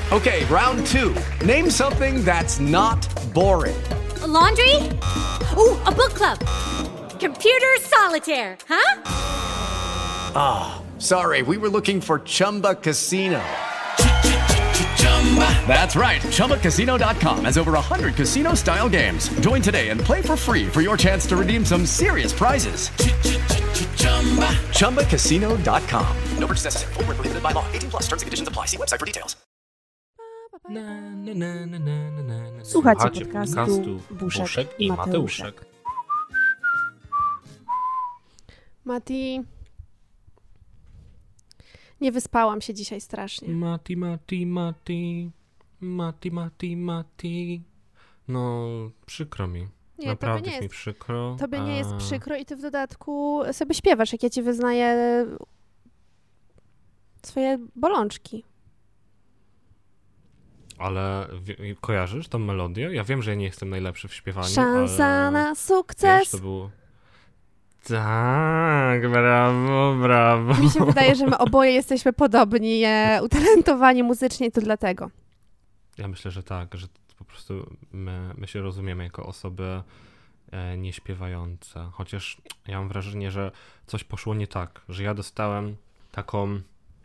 Okay, round 2. Name something that's not boring. A laundry? Ooh, a book club. Computer solitaire, huh? Sorry, we were looking for Chumba Casino. That's right. ChumbaCasino.com has over 100 casino-style games. Join today and play for free for your chance to redeem some serious prizes. ChumbaCasino.com. No purchase necessary. Void where prohibited by law. 18 plus. Terms and conditions apply. See website for details. Słuchajcie podcastu Buszek i Mateuszek. Mati, nie wyspałam się dzisiaj strasznie. Mati. No, przykro mi. Nie, naprawdę jest mi przykro. Tobie nie jest przykro i ty w dodatku sobie śpiewasz, jak ja ci wyznaję swoje bolączki. Ale kojarzysz tą melodię? Ja wiem, że ja nie jestem najlepszy w śpiewaniu, Szansa ale... na sukces. Wiesz, to było... Tak, brawo. Mi się wydaje, że my oboje jesteśmy podobni, utalentowani muzycznie, to dlatego. Ja myślę, że tak, że po prostu my się rozumiemy jako osoby nieśpiewające. Chociaż ja mam wrażenie, że coś poszło nie tak, że ja dostałem taką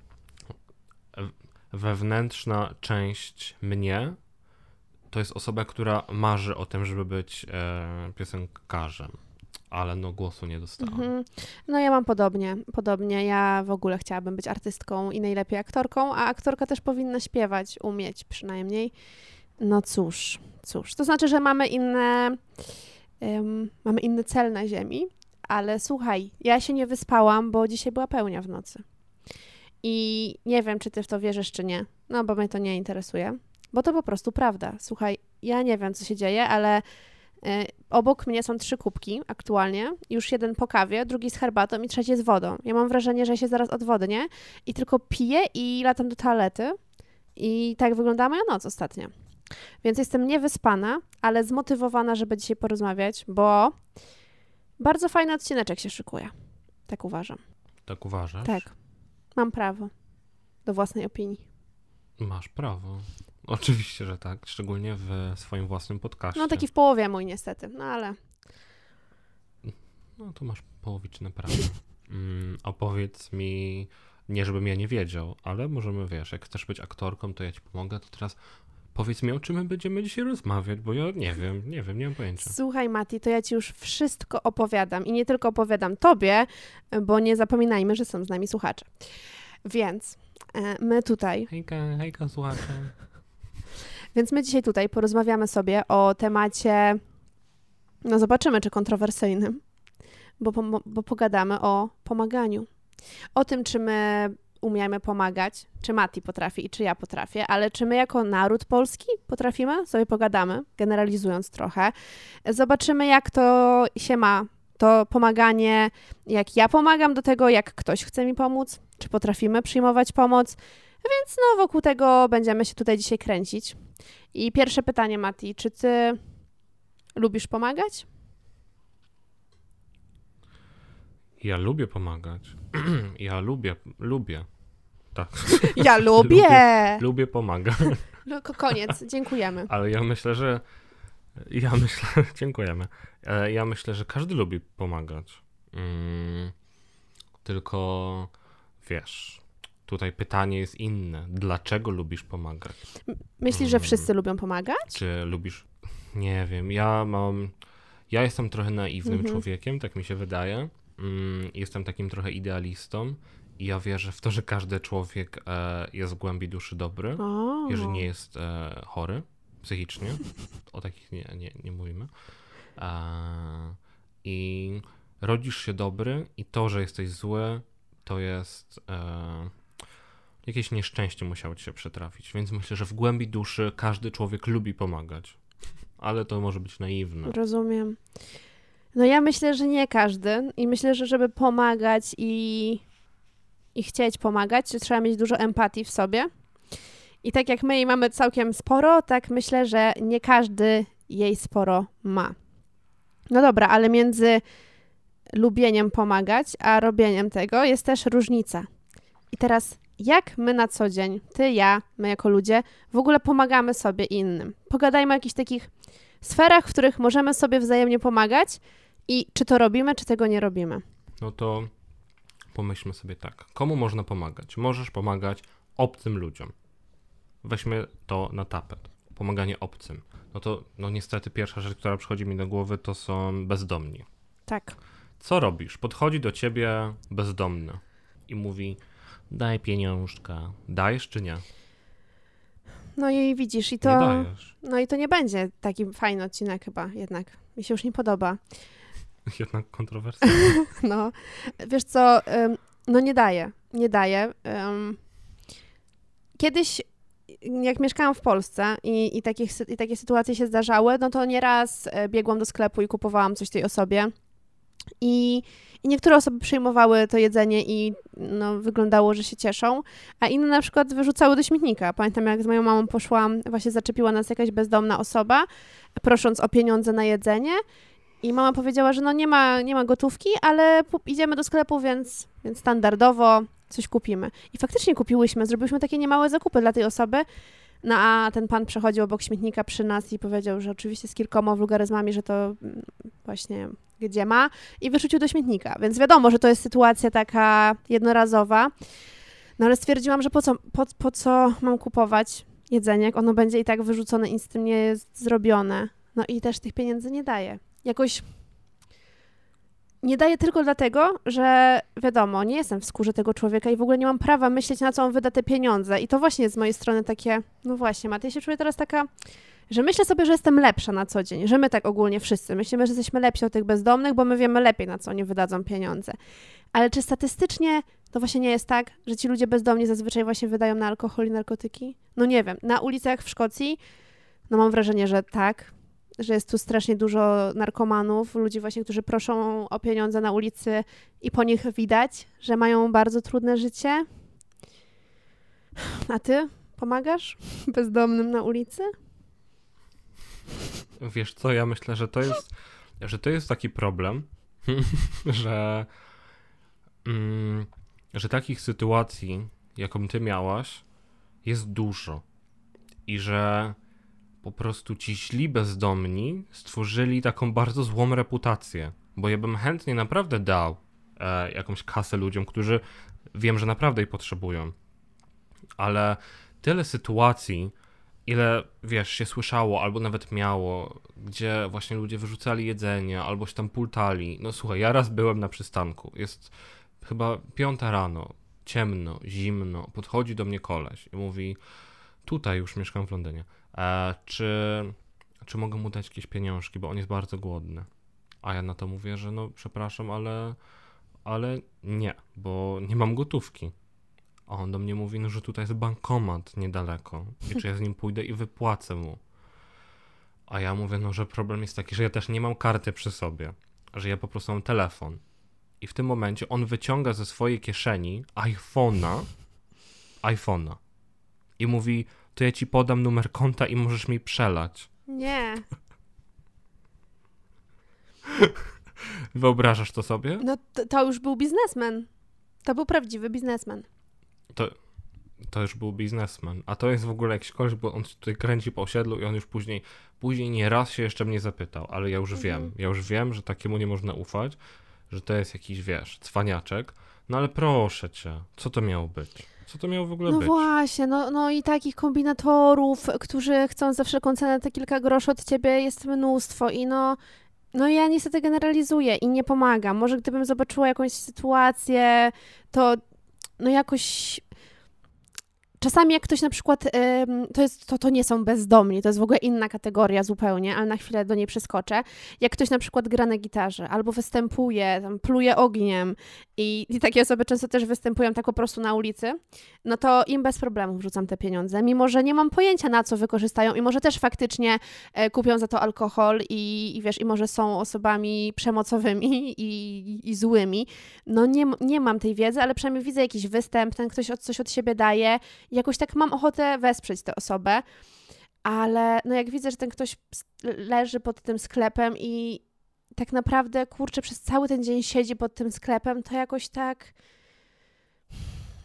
wewnętrzna część mnie, to jest osoba, która marzy o tym, żeby być piosenkarzem. Ale no głosu nie dostałam. No ja mam podobnie. Ja w ogóle chciałabym być artystką i najlepiej aktorką, a aktorka też powinna śpiewać, umieć przynajmniej. No cóż. To znaczy, że mamy inny cel na ziemi, ale słuchaj, ja się nie wyspałam, bo dzisiaj była pełnia w nocy. I nie wiem, czy ty w to wierzysz, czy nie, no bo mnie to nie interesuje, bo to po prostu prawda. Słuchaj, ja nie wiem, co się dzieje, ale obok mnie są 3 kubki aktualnie, już jeden po kawie, drugi z herbatą i trzeci z wodą. Ja mam wrażenie, że się zaraz odwodnię i tylko piję i latam do toalety i tak wyglądała moja noc ostatnio. Więc jestem niewyspana, ale zmotywowana, żeby dzisiaj porozmawiać, bo bardzo fajny odcineczek się szykuje. Tak uważam. Tak uważasz? Tak. Mam prawo do własnej opinii. Masz prawo. Oczywiście, że tak. Szczególnie w swoim własnym podcaście. No taki w połowie mój niestety, no ale... No to masz połowiczne prawo. Opowiedz mi, nie żebym ja nie wiedział, ale możemy, wiesz, jak chcesz być aktorką, to ja ci pomogę, to teraz powiedz mi, o czym my będziemy dzisiaj rozmawiać, bo ja nie mam pojęcia. Słuchaj, Mati, to ja ci już wszystko opowiadam i nie tylko opowiadam tobie, bo nie zapominajmy, że są z nami słuchacze. Więc my tutaj... Hejka, słuchacze. Więc my dzisiaj tutaj porozmawiamy sobie o temacie, no zobaczymy, czy kontrowersyjnym, bo pogadamy o pomaganiu. O tym, czy my umiemy pomagać, czy Mati potrafi i czy ja potrafię, ale czy my jako naród polski potrafimy? Sobie pogadamy, generalizując trochę. Zobaczymy, jak to się ma, to pomaganie, jak ja pomagam do tego, jak ktoś chce mi pomóc, czy potrafimy przyjmować pomoc. Więc no wokół tego będziemy się tutaj dzisiaj kręcić. I pierwsze pytanie, Mati, czy ty lubisz pomagać? Ja lubię pomagać. Ja lubię. Tak. Ja lubię! Lubię pomagać. No, koniec, dziękujemy. Ale ja myślę, dziękujemy. Ja myślę, że każdy lubi pomagać. Tylko wiesz, tutaj pytanie jest inne. Dlaczego lubisz pomagać? Myślisz, że wszyscy lubią pomagać? Czy lubisz... Nie wiem, ja jestem trochę naiwnym człowiekiem, tak mi się wydaje. Jestem takim trochę idealistą i ja wierzę w to, że każdy człowiek jest w głębi duszy dobry, jeżeli nie jest chory psychicznie. O takich nie mówimy. I rodzisz się dobry i to, że jesteś zły, to jest... jakieś nieszczęście musiało ci się przetrafić, więc myślę, że w głębi duszy każdy człowiek lubi pomagać, ale to może być naiwne. Rozumiem. No ja myślę, że nie każdy i myślę, że żeby pomagać i chcieć pomagać, to trzeba mieć dużo empatii w sobie i tak jak my jej mamy całkiem sporo, tak myślę, że nie każdy jej sporo ma. No dobra, ale między lubieniem pomagać, a robieniem tego jest też różnica. I teraz jak my na co dzień, ty, ja, my jako ludzie, w ogóle pomagamy sobie i innym. Pogadajmy o jakichś takich sferach, w których możemy sobie wzajemnie pomagać i czy to robimy, czy tego nie robimy. No to pomyślmy sobie tak. Komu można pomagać? Możesz pomagać obcym ludziom. Weźmy to na tapet. Pomaganie obcym. No to niestety pierwsza rzecz, która przychodzi mi do głowy, to są bezdomni. Tak. Co robisz? Podchodzi do ciebie bezdomny i mówi: daj pieniążka. Dajesz czy nie? No i widzisz, Nie dajesz. No i to nie będzie taki fajny odcinek chyba jednak. Mi się już nie podoba. Jednak kontrowersyjny. No, wiesz co, no nie daje. Kiedyś, jak mieszkałam w Polsce i takie sytuacje się zdarzały, no to nieraz biegłam do sklepu i kupowałam coś tej osobie. I niektóre osoby przyjmowały to jedzenie i no, wyglądało, że się cieszą, a inne na przykład wyrzucały do śmietnika. Pamiętam, jak z moją mamą poszłam, właśnie zaczepiła nas jakaś bezdomna osoba, prosząc o pieniądze na jedzenie. I mama powiedziała, że no nie ma gotówki, ale idziemy do sklepu, więc standardowo coś kupimy. I faktycznie zrobiliśmy takie niemałe zakupy dla tej osoby, no a ten pan przechodził obok śmietnika przy nas i powiedział, że oczywiście z kilkoma wulgaryzmami, że to właśnie gdzie ma i wyrzucił do śmietnika. Więc wiadomo, że to jest sytuacja taka jednorazowa, no ale stwierdziłam, że po co mam kupować jedzenie, jak ono będzie i tak wyrzucone, nic z tym nie jest zrobione. No i też tych pieniędzy nie daje. Jakoś nie daję tylko dlatego, że wiadomo, nie jestem w skórze tego człowieka i w ogóle nie mam prawa myśleć, na co on wyda te pieniądze. I to właśnie jest z mojej strony takie, no właśnie, Maty, ja się czuję teraz taka, że myślę sobie, że jestem lepsza na co dzień, że my tak ogólnie wszyscy myślimy, że jesteśmy lepsi od tych bezdomnych, bo my wiemy lepiej, na co oni wydadzą pieniądze. Ale czy statystycznie to właśnie nie jest tak, że ci ludzie bezdomni zazwyczaj właśnie wydają na alkohol i narkotyki? No nie wiem, na ulicach w Szkocji, no mam wrażenie, że tak, że jest tu strasznie dużo narkomanów, ludzi właśnie, którzy proszą o pieniądze na ulicy i po nich widać, że mają bardzo trudne życie. A ty pomagasz bezdomnym na ulicy? Wiesz co, ja myślę, że to jest taki problem, że takich sytuacji, jaką ty miałaś, jest dużo. I że po prostu ci źli bezdomni stworzyli taką bardzo złą reputację. Bo ja bym chętnie naprawdę dał jakąś kasę ludziom, którzy wiem, że naprawdę jej potrzebują. Ale tyle sytuacji, ile, wiesz, się słyszało, albo nawet miało, gdzie właśnie ludzie wyrzucali jedzenie, albo się tam pultali. No słuchaj, ja raz byłem na przystanku, jest chyba 5 rano, ciemno, zimno, podchodzi do mnie koleś i mówi: tutaj już mieszkam w Londynie, czy mogę mu dać jakieś pieniążki, bo on jest bardzo głodny. A ja na to mówię, że no przepraszam, ale nie, bo nie mam gotówki. A on do mnie mówi, no że tutaj jest bankomat niedaleko i czy ja z nim pójdę i wypłacę mu. A ja mówię, no że problem jest taki, że ja też nie mam karty przy sobie, że ja po prostu mam telefon. I w tym momencie on wyciąga ze swojej kieszeni iPhone'a i mówi: to ja ci podam numer konta i możesz mi przelać. Nie. Wyobrażasz to sobie? No to już był biznesmen. To był prawdziwy biznesmen. To już był biznesmen. A to jest w ogóle jakiś koleś, bo on tutaj kręci po osiedlu i on już później nie raz się jeszcze mnie zapytał, ale ja już wiem. Ja już wiem, że takiemu nie można ufać, że to jest jakiś, wiesz, cwaniaczek. No ale proszę cię, co to miało być? Co to miało w ogóle być? No właśnie, no i takich kombinatorów, którzy chcą za wszelką cenę te kilka groszy od ciebie, jest mnóstwo i no ja niestety generalizuję i nie pomagam. Może gdybym zobaczyła jakąś sytuację, to no jakoś... Czasami jak ktoś na przykład, to nie są bezdomni, to jest w ogóle inna kategoria zupełnie, ale na chwilę do niej przeskoczę. Jak ktoś na przykład gra na gitarze albo występuje, tam pluje ogniem i takie osoby często też występują tak po prostu na ulicy, no to im bez problemu wrzucam te pieniądze, mimo że nie mam pojęcia, na co wykorzystają i może też faktycznie kupią za to alkohol i wiesz, i może są osobami przemocowymi i złymi. No nie mam tej wiedzy, ale przynajmniej widzę jakiś występ, ten ktoś coś od siebie daje. Jakoś tak mam ochotę wesprzeć tę osobę, ale no jak widzę, że ten ktoś leży pod tym sklepem i tak naprawdę, kurczę, przez cały ten dzień siedzi pod tym sklepem, to jakoś tak,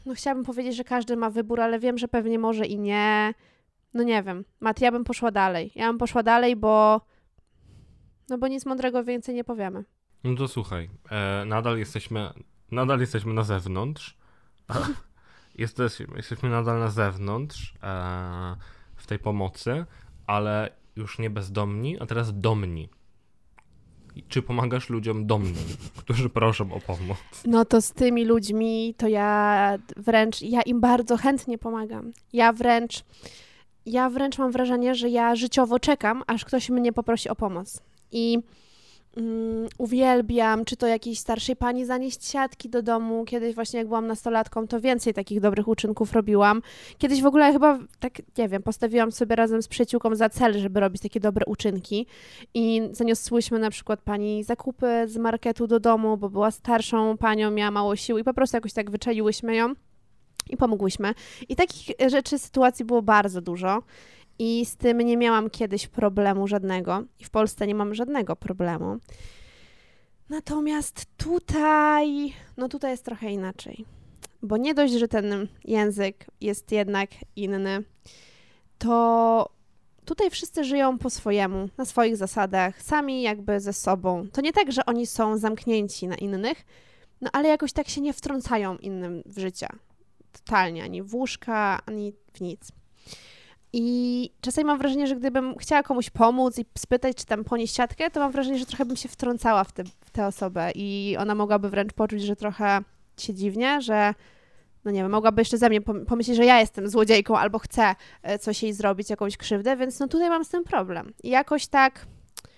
no chciałabym powiedzieć, że każdy ma wybór, ale wiem, że pewnie może i nie. No nie wiem. Mat, ja bym poszła dalej. bo nic mądrego więcej nie powiemy. No to słuchaj, nadal jesteśmy na zewnątrz. Jesteśmy nadal na zewnątrz w tej pomocy, ale już nie bezdomni, a teraz domni. Czy pomagasz ludziom domnym, którzy proszą o pomoc? No to z tymi ludźmi to ja im bardzo chętnie pomagam. Ja wręcz mam wrażenie, że ja życiowo czekam, aż ktoś mnie poprosi o pomoc. I uwielbiam, czy to jakiejś starszej pani zanieść siatki do domu. Kiedyś właśnie jak byłam nastolatką, to więcej takich dobrych uczynków robiłam. Kiedyś w ogóle chyba, tak nie wiem, postawiłam sobie razem z przyjaciółką za cel, żeby robić takie dobre uczynki i zaniosłyśmy na przykład pani zakupy z marketu do domu, bo była starszą panią, miała mało sił i po prostu jakoś tak wyczaiłyśmy ją i pomogłyśmy. I takich rzeczy, sytuacji było bardzo dużo. I z tym nie miałam kiedyś problemu żadnego. I w Polsce nie mam żadnego problemu. Natomiast tutaj jest trochę inaczej. Bo nie dość, że ten język jest jednak inny, to tutaj wszyscy żyją po swojemu, na swoich zasadach, sami jakby ze sobą. To nie tak, że oni są zamknięci na innych, no ale jakoś tak się nie wtrącają innym w życie. Totalnie, ani w łóżka, ani w nic. I czasami mam wrażenie, że gdybym chciała komuś pomóc i spytać, czy tam ponieść siatkę, to mam wrażenie, że trochę bym się wtrącała w tę osobę i ona mogłaby wręcz poczuć, że trochę się dziwnie, że no nie wiem, mogłaby jeszcze ze mnie pomyśleć, że ja jestem złodziejką albo chcę coś jej zrobić, jakąś krzywdę, więc no tutaj mam z tym problem. I jakoś tak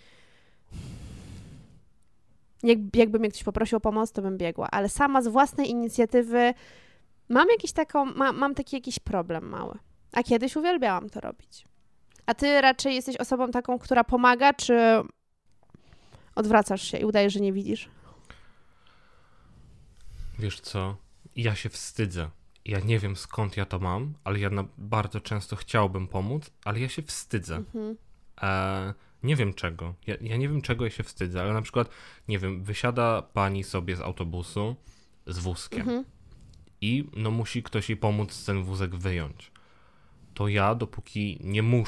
jakby mnie ktoś poprosił o pomoc, to bym biegła, ale sama z własnej inicjatywy mam taki jakiś problem mały. A kiedyś uwielbiałam to robić. A ty raczej jesteś osobą taką, która pomaga, czy odwracasz się i udajesz, że nie widzisz? Wiesz co? Ja się wstydzę. Ja nie wiem, skąd ja to mam, ale ja bardzo często chciałbym pomóc, ale ja się wstydzę. Nie wiem czego. Ja nie wiem, czego ja się wstydzę, ale na przykład, nie wiem, wysiada pani sobie z autobusu z wózkiem i no musi ktoś jej pomóc ten wózek wyjąć. To ja, dopóki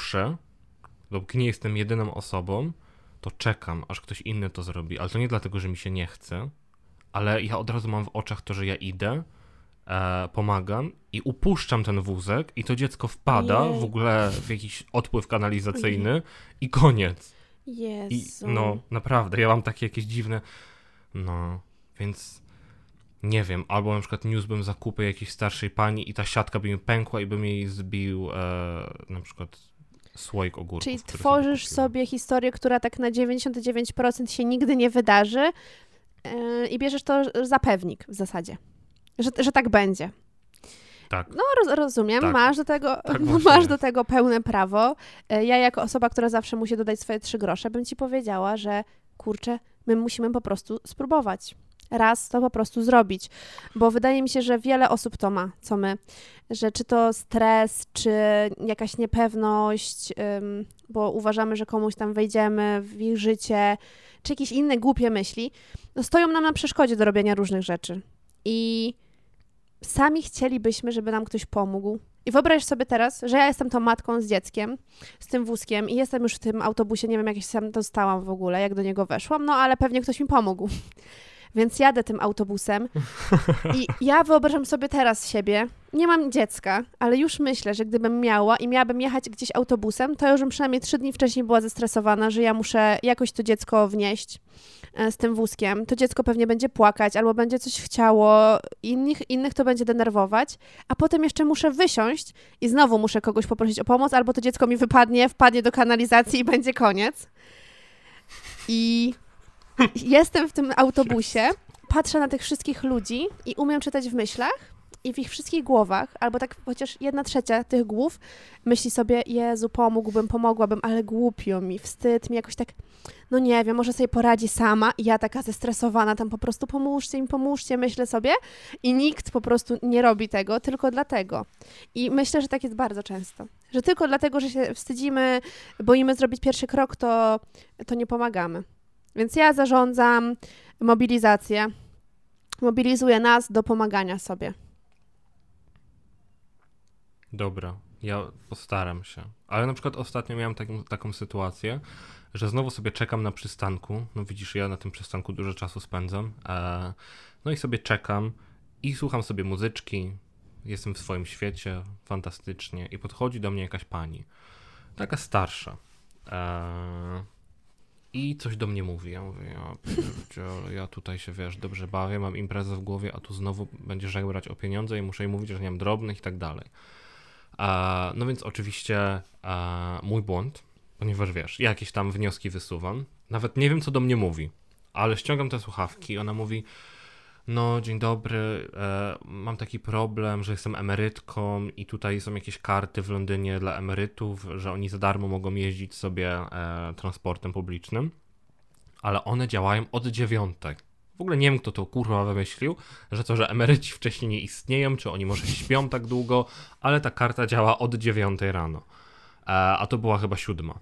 nie jestem jedyną osobą, to czekam, aż ktoś inny to zrobi. Ale to nie dlatego, że mi się nie chce, ale ja od razu mam w oczach to, że ja idę, pomagam i upuszczam ten wózek i to dziecko wpada w ogóle w jakiś odpływ kanalizacyjny i koniec. Jezu. I no, naprawdę, ja mam takie jakieś dziwne... No, więc... Nie wiem, albo na przykład niósłbym zakupy jakiejś starszej pani i ta siatka by mi pękła i bym jej zbił na przykład słoik ogórków. Czyli tworzysz sobie historię, która tak na 99% się nigdy nie wydarzy i bierzesz to za pewnik w zasadzie, że tak będzie. Tak. No rozumiem, tak. Masz do tego pełne prawo. Ja jako osoba, która zawsze musi dodać swoje 3 grosze, bym ci powiedziała, że kurczę, my musimy po prostu spróbować. Raz to po prostu zrobić, bo wydaje mi się, że wiele osób to ma, co my, że czy to stres, czy jakaś niepewność, bo uważamy, że komuś tam wejdziemy w ich życie, czy jakieś inne głupie myśli, no stoją nam na przeszkodzie do robienia różnych rzeczy i sami chcielibyśmy, żeby nam ktoś pomógł. I wyobraź sobie teraz, że ja jestem tą matką z dzieckiem, z tym wózkiem i jestem już w tym autobusie, nie wiem jak się tam dostałam w ogóle, jak do niego weszłam, no ale pewnie ktoś mi pomógł. Więc jadę tym autobusem i ja wyobrażam sobie teraz siebie, nie mam dziecka, ale już myślę, że gdybym miała i miałabym jechać gdzieś autobusem, to już bym przynajmniej 3 dni wcześniej była zestresowana, że ja muszę jakoś to dziecko wnieść z tym wózkiem. To dziecko pewnie będzie płakać albo będzie coś chciało, innych to będzie denerwować, a potem jeszcze muszę wysiąść i znowu muszę kogoś poprosić o pomoc, albo to dziecko mi wpadnie do kanalizacji i będzie koniec. I jestem w tym autobusie, patrzę na tych wszystkich ludzi i umiem czytać w myślach i w ich wszystkich głowach, albo tak chociaż 1/3 tych głów myśli sobie, Jezu, pomogłabym, ale głupio mi, wstyd mi, jakoś tak, no nie wiem, może sobie poradzi sama i ja taka zestresowana, tam po prostu pomóżcie, myślę sobie i nikt po prostu nie robi tego, tylko dlatego. I myślę, że tak jest bardzo często, że tylko dlatego, że się wstydzimy, boimy zrobić pierwszy krok, to nie pomagamy. Więc ja zarządzam mobilizację. Mobilizuję nas do pomagania sobie. Dobra, ja postaram się. Ale na przykład ostatnio miałem taką sytuację, że znowu sobie czekam na przystanku. No widzisz, ja na tym przystanku dużo czasu spędzam. No i sobie czekam i słucham sobie muzyczki. Jestem w swoim świecie, fantastycznie. I podchodzi do mnie jakaś pani, taka starsza. I coś do mnie mówi. Ja mówię, ja tutaj się, wiesz, dobrze bawię, mam imprezę w głowie, a tu znowu będziesz żebrać o pieniądze i muszę jej mówić, że nie mam drobnych i tak dalej. No więc oczywiście mój błąd, ponieważ wiesz, jakieś tam wnioski wysuwam. Nawet nie wiem, co do mnie mówi, ale ściągam te słuchawki i ona mówi, no dzień dobry, mam taki problem, że jestem emerytką i tutaj są jakieś karty w Londynie dla emerytów, że oni za darmo mogą jeździć sobie transportem publicznym, ale one działają od 9. W ogóle nie wiem, kto to kurwa wymyślił, że emeryci wcześniej nie istnieją, czy oni może śpią tak długo, ale ta karta działa od 9 rano, a to była chyba 7.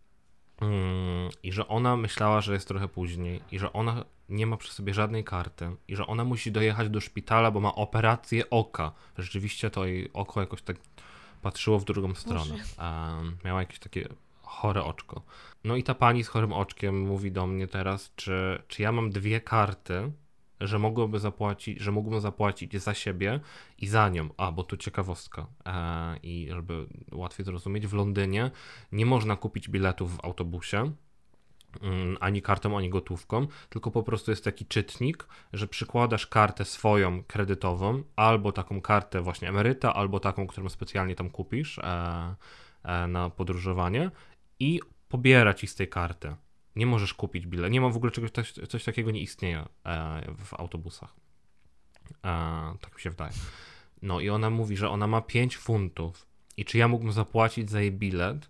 I że ona myślała, że jest trochę później i że ona nie ma przy sobie żadnej karty i że ona musi dojechać do szpitala, bo ma operację oka. Rzeczywiście to jej oko jakoś tak patrzyło w drugą stronę. Miała jakieś takie chore oczko. No i ta pani z chorym oczkiem mówi do mnie teraz, czy ja mam 2 karty, że mógłbym zapłacić za siebie i za nią. Bo tu ciekawostka. I żeby łatwiej zrozumieć, w Londynie nie można kupić biletów w autobusie, ani kartą, ani gotówką, tylko po prostu jest taki czytnik, że przykładasz kartę swoją kredytową, albo taką kartę właśnie emeryta, albo taką, którą specjalnie tam kupisz na podróżowanie i pobiera ci z tej karty. Nie możesz kupić bilet. Nie ma w ogóle coś takiego nie istnieje w autobusach. Tak mi się wydaje. No i ona mówi, że ona ma 5 funtów i czy ja mógłbym zapłacić za jej bilet,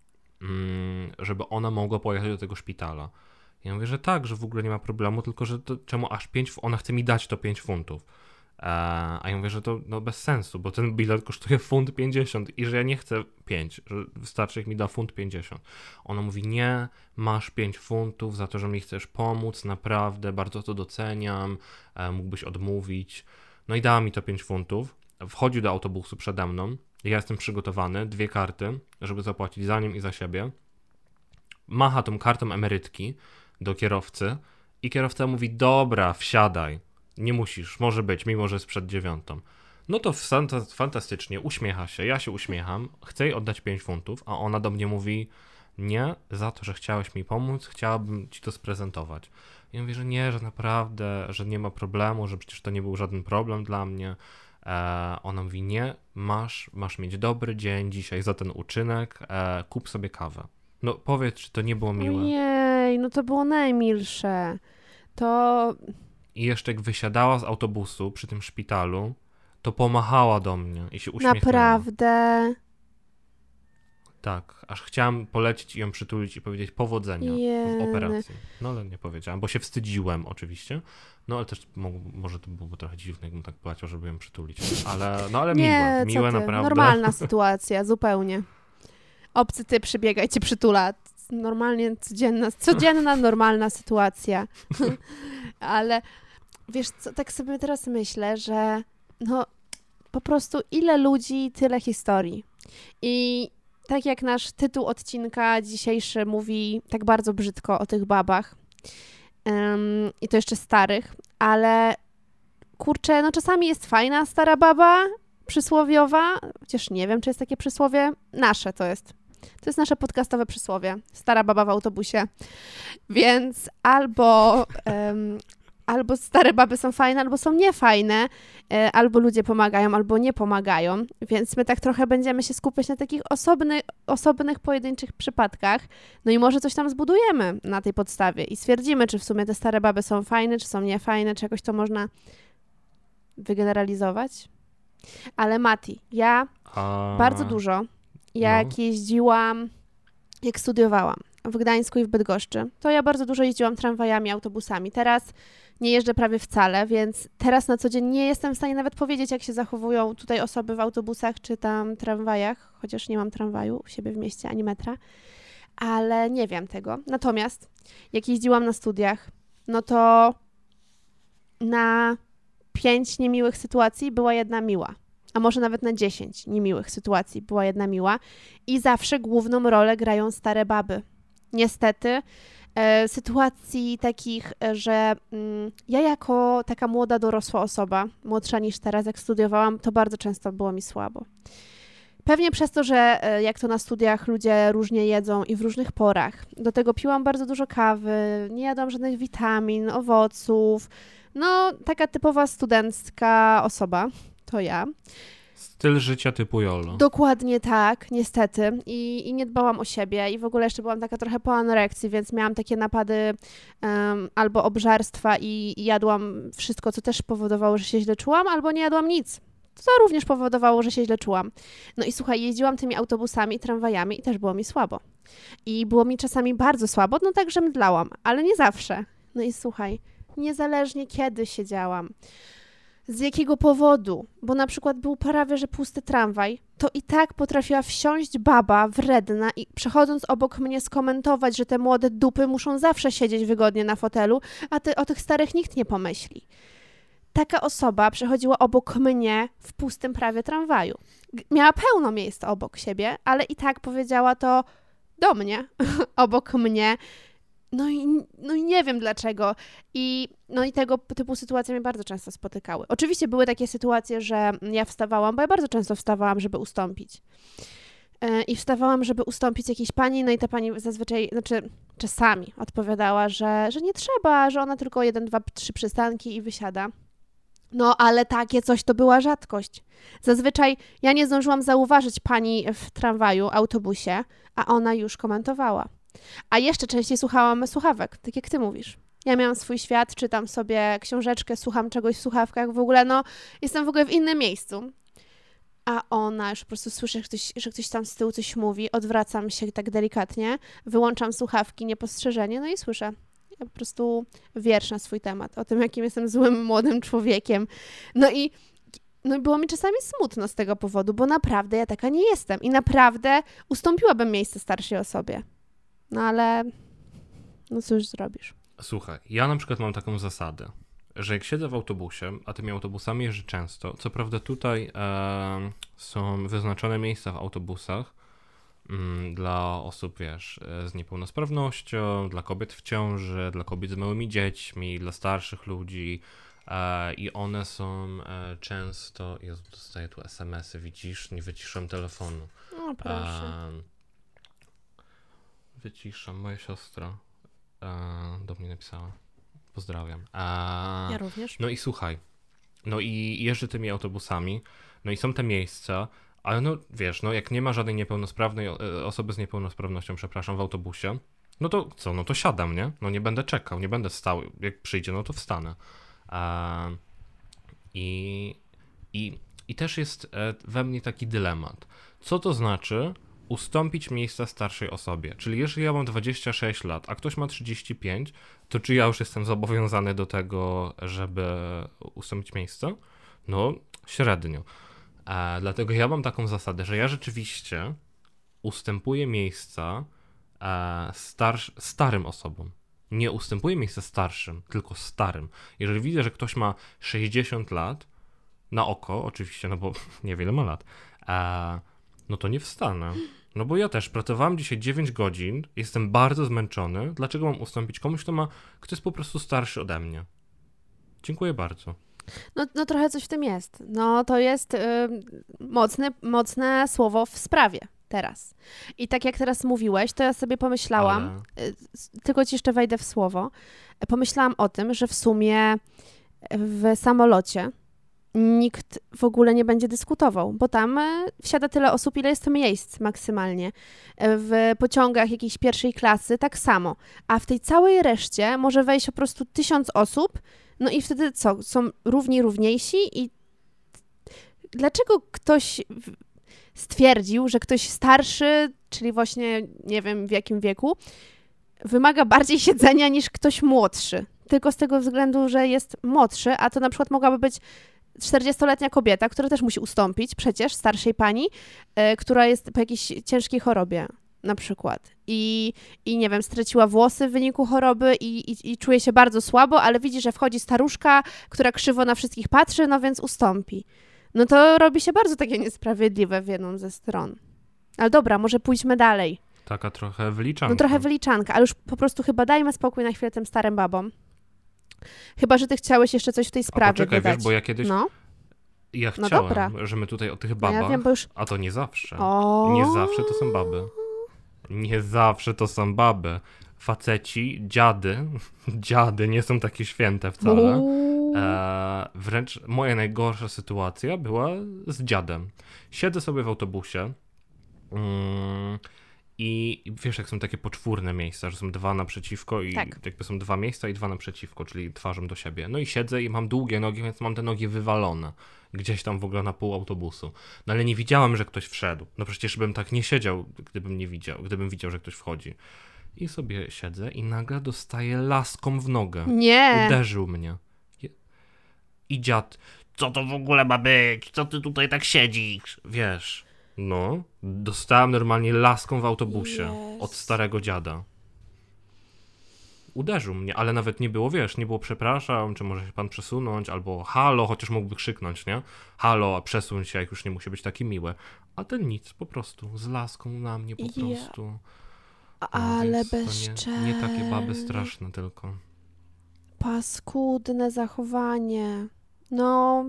żeby ona mogła pojechać do tego szpitala. Ja mówię, że tak, że w ogóle nie ma problemu, tylko że to, czemu aż 5, ona chce mi dać to 5 funtów. A ja mówię, że to bez sensu, bo ten bilet kosztuje 1,50 i że ja nie chcę 5, że wystarczy, jak mi da 1,50. Ona mówi, nie, masz 5 funtów za to, że mi chcesz pomóc, naprawdę, bardzo to doceniam, mógłbyś odmówić. No i dała mi to 5 funtów, wchodził do autobusu przede mną, ja jestem przygotowany, 2 karty, żeby zapłacić za nim i za siebie. Macha tą kartą emerytki do kierowcy i kierowca mówi, dobra, wsiadaj. Nie musisz, może być, mimo że jest przed 9. No to fantastycznie, uśmiecha się, ja się uśmiecham, chcę jej oddać 5 funtów, a ona do mnie mówi, nie, za to, że chciałeś mi pomóc, chciałabym ci to sprezentować. I ja mówię, że nie, że naprawdę, że nie ma problemu, że przecież to nie był żaden problem dla mnie. Ona mówi, nie, masz mieć dobry dzień dzisiaj za ten uczynek, kup sobie kawę. No powiedz, czy to nie było miłe? Ojej, no to było najmilsze. To... I jeszcze jak wysiadała z autobusu przy tym szpitalu, to pomachała do mnie i się uśmiechnęła. Naprawdę? Tak, aż chciałam polecić i ją przytulić i powiedzieć powodzenia w operacji. No ale nie powiedziałam, bo się wstydziłem oczywiście. No ale też może to było trochę dziwne, jakbym tak powiedział, żeby ją przytulić. Ale nie, miłe naprawdę. Normalna sytuacja, zupełnie. Obcy ty przybiegaj cię przytula. Normalnie codzienna, normalna sytuacja. Ale wiesz co, tak sobie teraz myślę, że no po prostu ile ludzi, tyle historii. I tak jak nasz tytuł odcinka dzisiejszy mówi tak bardzo brzydko o tych babach, i to jeszcze starych, ale kurczę, no czasami jest fajna stara baba przysłowiowa, chociaż nie wiem, czy jest takie przysłowie, nasze to jest. To jest nasze podcastowe przysłowie. Stara baba w autobusie. Więc albo stare baby są fajne, albo są niefajne, albo ludzie pomagają, albo nie pomagają. Więc my tak trochę będziemy się skupiać na takich osobnych, pojedynczych przypadkach. No i może coś tam zbudujemy na tej podstawie i stwierdzimy, czy w sumie te stare baby są fajne, czy są niefajne, czy jakoś to można wygeneralizować. Ale Mati, ja bardzo dużo, jak jeździłam, jak studiowałam w Gdańsku i w Bydgoszczy, to ja bardzo dużo jeździłam tramwajami, autobusami. Teraz nie jeżdżę prawie wcale, więc teraz na co dzień nie jestem w stanie nawet powiedzieć, jak się zachowują tutaj osoby w autobusach czy tam tramwajach, chociaż nie mam tramwaju u siebie w mieście ani metra, ale nie wiem tego. Natomiast jak jeździłam na studiach, no to na 5 niemiłych sytuacji była jedna miła. a może nawet na 10 niemiłych sytuacji była jedna miła i zawsze główną rolę grają stare baby. Niestety, sytuacji takich, że ja jako taka młoda, dorosła osoba, młodsza niż teraz, jak studiowałam, to bardzo często było mi słabo. Pewnie przez to, że jak to na studiach ludzie różnie jedzą i w różnych porach. Do tego piłam bardzo dużo kawy, nie jadłam żadnych witamin, owoców. No, taka typowa studencka osoba, to ja. Styl życia typu YOLO. Dokładnie tak, niestety. I nie dbałam o siebie i w ogóle jeszcze byłam taka trochę po anoreksji, więc miałam takie napady albo obżarstwa i jadłam wszystko, co też powodowało, że się źle czułam, albo nie jadłam nic. To również powodowało, że się źle czułam. No i słuchaj, jeździłam tymi autobusami, tramwajami i też było mi słabo. I było mi czasami bardzo słabo, no tak, że mdlałam, ale nie zawsze. No i słuchaj, niezależnie kiedy siedziałam, z jakiego powodu, bo na przykład był prawie, że pusty tramwaj, to i tak potrafiła wsiąść baba wredna i przechodząc obok mnie skomentować, że te młode dupy muszą zawsze siedzieć wygodnie na fotelu, a o tych starych nikt nie pomyśli. Taka osoba przechodziła obok mnie w pustym prawie tramwaju. Miała pełno miejsc obok siebie, ale i tak powiedziała to do mnie, obok mnie. No i nie wiem dlaczego. I tego typu sytuacje mnie bardzo często spotykały. Oczywiście były takie sytuacje, że ja wstawałam, bo ja bardzo często wstawałam, żeby ustąpić. I wstawałam, żeby ustąpić jakiejś pani, no i ta pani zazwyczaj, czasami odpowiadała, że nie trzeba, że ona tylko 1, 2, 3 przystanki i wysiada. No, ale takie coś to była rzadkość. Zazwyczaj ja nie zdążyłam zauważyć pani w tramwaju, autobusie, a ona już komentowała. A jeszcze częściej słuchałam słuchawek, tak jak ty mówisz. Ja miałam swój świat, czytam sobie książeczkę, słucham czegoś w słuchawkach, w ogóle jestem w ogóle w innym miejscu. A ona już po prostu słyszę, że ktoś tam z tyłu coś mówi, odwracam się tak delikatnie, wyłączam słuchawki niepostrzeżenie, no i słyszę. Ja po prostu wiersz na swój temat, o tym, jakim jestem złym, młodym człowiekiem. No i było mi czasami smutno z tego powodu, bo naprawdę ja taka nie jestem i naprawdę ustąpiłabym miejsce starszej osobie. No ale, no cóż zrobisz? Słuchaj, ja na przykład mam taką zasadę, że jak siedzę w autobusie, a tymi autobusami jeżdżę często, co prawda tutaj są wyznaczone miejsca w autobusach dla osób, wiesz, z niepełnosprawnością, dla kobiet w ciąży, dla kobiet z małymi dziećmi, dla starszych ludzi i one są często... Jezu, dostaję tu SMS-y, widzisz? Nie wyciszam telefonu. O, proszę. Wyciszam, moja siostra do mnie napisała. Pozdrawiam. Ja również. No i słuchaj, no i jeżdżę tymi autobusami, no i są te miejsca, ale no wiesz, no jak nie ma żadnej niepełnosprawnej osoby z niepełnosprawnością, przepraszam, w autobusie, no to co, no to siadam, nie? No nie będę czekał, nie będę stał, jak przyjdzie, no to wstanę. I też jest we mnie taki dylemat. Co to znaczy ustąpić miejsca starszej osobie? Czyli jeżeli ja mam 26 lat, a ktoś ma 35, to czy ja już jestem zobowiązany do tego, żeby ustąpić miejsce? No, średnio. Dlatego ja mam taką zasadę, że ja rzeczywiście ustępuję miejsca starym osobom. Nie ustępuję miejsca starszym, tylko starym. Jeżeli widzę, że ktoś ma 60 lat, na oko oczywiście, no bo niewiele ma lat, no to nie wstanę. No bo ja też pracowałem dzisiaj 9 godzin, jestem bardzo zmęczony. Dlaczego mam ustąpić komuś, kto jest po prostu starszy ode mnie? Dziękuję bardzo. No trochę coś w tym jest. No to jest mocne słowo w sprawie teraz. I tak jak teraz mówiłeś, to ja sobie pomyślałam, tylko ci jeszcze wejdę w słowo, pomyślałam o tym, że w sumie w samolocie nikt w ogóle nie będzie dyskutował, bo tam wsiada tyle osób, ile jest miejsc maksymalnie. W pociągach jakiejś pierwszej klasy tak samo. A w tej całej reszcie może wejść po prostu 1000 osób, no i wtedy co? Są równiejsi i dlaczego ktoś stwierdził, że ktoś starszy, czyli właśnie nie wiem w jakim wieku, wymaga bardziej siedzenia niż ktoś młodszy? Tylko z tego względu, że jest młodszy, a to na przykład mogłaby być 40-letnia kobieta, która też musi ustąpić przecież starszej pani, która jest po jakiejś ciężkiej chorobie na przykład i nie wiem, straciła włosy w wyniku choroby i czuje się bardzo słabo, ale widzi, że wchodzi staruszka, która krzywo na wszystkich patrzy, no więc ustąpi. no to robi się bardzo takie niesprawiedliwe w jedną ze stron. Ale dobra, może pójdźmy dalej. Taka trochę wyliczanka. No trochę wyliczanka, ale już po prostu chyba dajmy spokój na chwilę tym starym babom. Chyba, że ty chciałeś jeszcze coś w tej sprawie poczekaj, dodać. wiesz, bo ja kiedyś... No. Ja No chciałem, dobra. że my tutaj o tych No babach, ja wiem, bo już... a to nie zawsze. O. Nie zawsze to są baby. Nie zawsze to są baby. Faceci, dziady nie są takie święte wcale. Wręcz moja najgorsza sytuacja była z dziadem. Siedzę sobie w autobusie i wiesz, jak są takie poczwórne miejsca, że są dwa naprzeciwko i Tak. jakby są dwa miejsca i dwa naprzeciwko, czyli twarzą do siebie. No i siedzę i mam długie nogi, więc mam te nogi wywalone. Gdzieś tam w ogóle na pół autobusu. No ale nie widziałem, że ktoś wszedł. No przecież bym tak nie siedział, gdybym widział, że ktoś wchodzi. I sobie siedzę i nagle dostaję laską w nogę. Nie. Uderzył mnie. I dziad, co to w ogóle ma być? Co ty tutaj tak siedzisz? Wiesz, no, dostałem normalnie laską w autobusie od starego dziada. Uderzył mnie, ale nawet nie było, wiesz, nie było przepraszam, czy może się pan przesunąć, albo halo, chociaż mógłby krzyknąć, nie? Halo, a przesuń się, jak już nie musi być taki miły. A ten nic, po prostu, z laską na mnie po prostu. No, Ale więc bezczelny. nie takie baby straszne tylko. Paskudne zachowanie. No...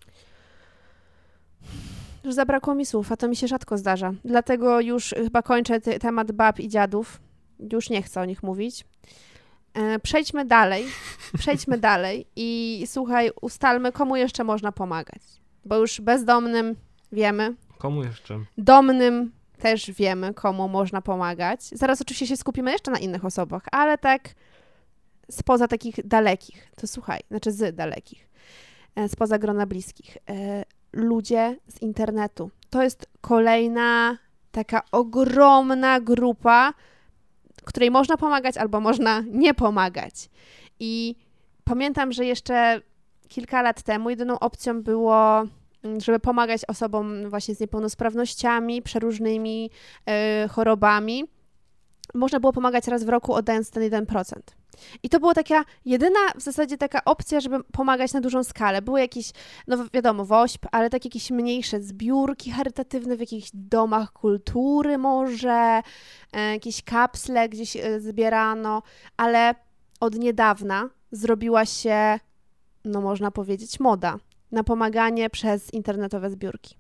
Już zabrakło mi słów, a to mi się rzadko zdarza. Dlatego już chyba kończę temat bab i dziadów. Już nie chcę o nich mówić. Przejdźmy dalej i słuchaj, ustalmy, komu jeszcze można pomagać. Bo już bezdomnym wiemy, Komu jeszcze? domnym też wiemy, komu można pomagać. Zaraz oczywiście się skupimy jeszcze na innych osobach, ale tak spoza takich dalekich, to słuchaj, znaczy z dalekich, spoza grona bliskich. Ludzie z internetu. To jest kolejna taka ogromna grupa, której można pomagać albo można nie pomagać. I pamiętam, że jeszcze kilka lat temu jedyną opcją było, żeby pomagać osobom właśnie z niepełnosprawnościami, przeróżnymi chorobami. Można było pomagać raz w roku, oddając ten 1%. I to była taka jedyna w zasadzie taka opcja, żeby pomagać na dużą skalę. Były jakieś, no wiadomo, WOŚP, ale takie jakieś mniejsze zbiórki charytatywne w jakichś domach kultury może, jakieś kapsle gdzieś zbierano, ale od niedawna zrobiła się, no można powiedzieć, moda na pomaganie przez internetowe zbiórki.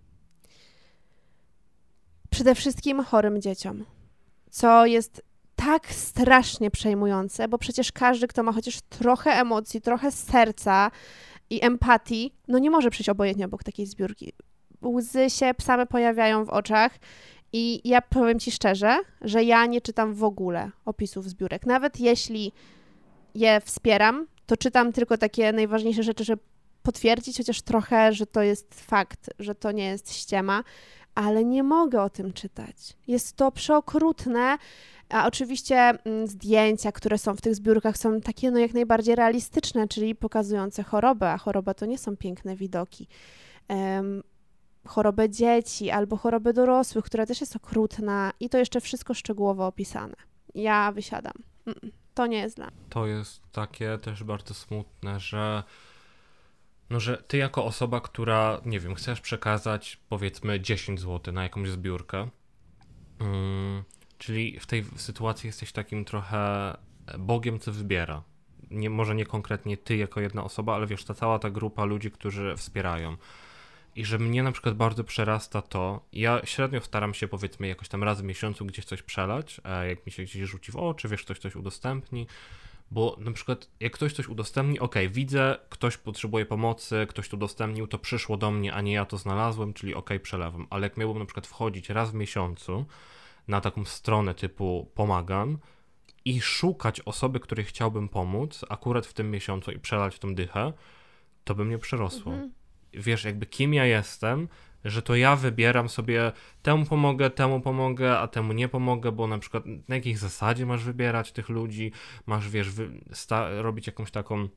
Przede wszystkim chorym dzieciom, co jest tak strasznie przejmujące, bo przecież każdy, kto ma chociaż trochę emocji, trochę serca i empatii, no nie może przyjść obojętnie obok takiej zbiórki. Łzy się same pojawiają w oczach i ja powiem Ci szczerze, że ja nie czytam w ogóle opisów zbiórek. Nawet jeśli je wspieram, to czytam tylko takie najważniejsze rzeczy, żeby potwierdzić chociaż trochę, że to jest fakt, że to nie jest ściema, ale nie mogę o tym czytać. Jest to przeokrutne, a oczywiście zdjęcia, które są w tych zbiórkach, są takie no jak najbardziej realistyczne, czyli pokazujące chorobę, a choroba to nie są piękne widoki. Chorobę dzieci albo chorobę dorosłych, która też jest okrutna i to jeszcze wszystko szczegółowo opisane. Ja wysiadam. To nie jest dla mnie. To jest takie też bardzo smutne, że no, że ty jako osoba, która, nie wiem, chcesz przekazać powiedzmy 10 zł na jakąś zbiórkę, czyli w tej sytuacji jesteś takim trochę Bogiem, co wybiera. Może nie konkretnie ty jako jedna osoba, ale wiesz, ta cała ta grupa ludzi, którzy wspierają. I że mnie na przykład bardzo przerasta to, ja średnio staram się powiedzmy jakoś tam raz w miesiącu gdzieś coś przelać, jak mi się gdzieś rzuci w oczy, wiesz, ktoś coś udostępni, bo na przykład jak ktoś coś udostępni, okej, widzę, ktoś potrzebuje pomocy, ktoś to udostępnił, to przyszło do mnie, a nie ja to znalazłem, czyli przelewam, ale jak miałbym na przykład wchodzić raz w miesiącu na taką stronę typu pomagam i szukać osoby, której chciałbym pomóc akurat w tym miesiącu i przelać tą dychę, to by mnie przerosło. Wiesz, jakby kim ja jestem, że to ja wybieram sobie temu pomogę, a temu nie pomogę, bo na przykład na jakiej zasadzie masz wybierać tych ludzi, masz, wiesz, robić jakąś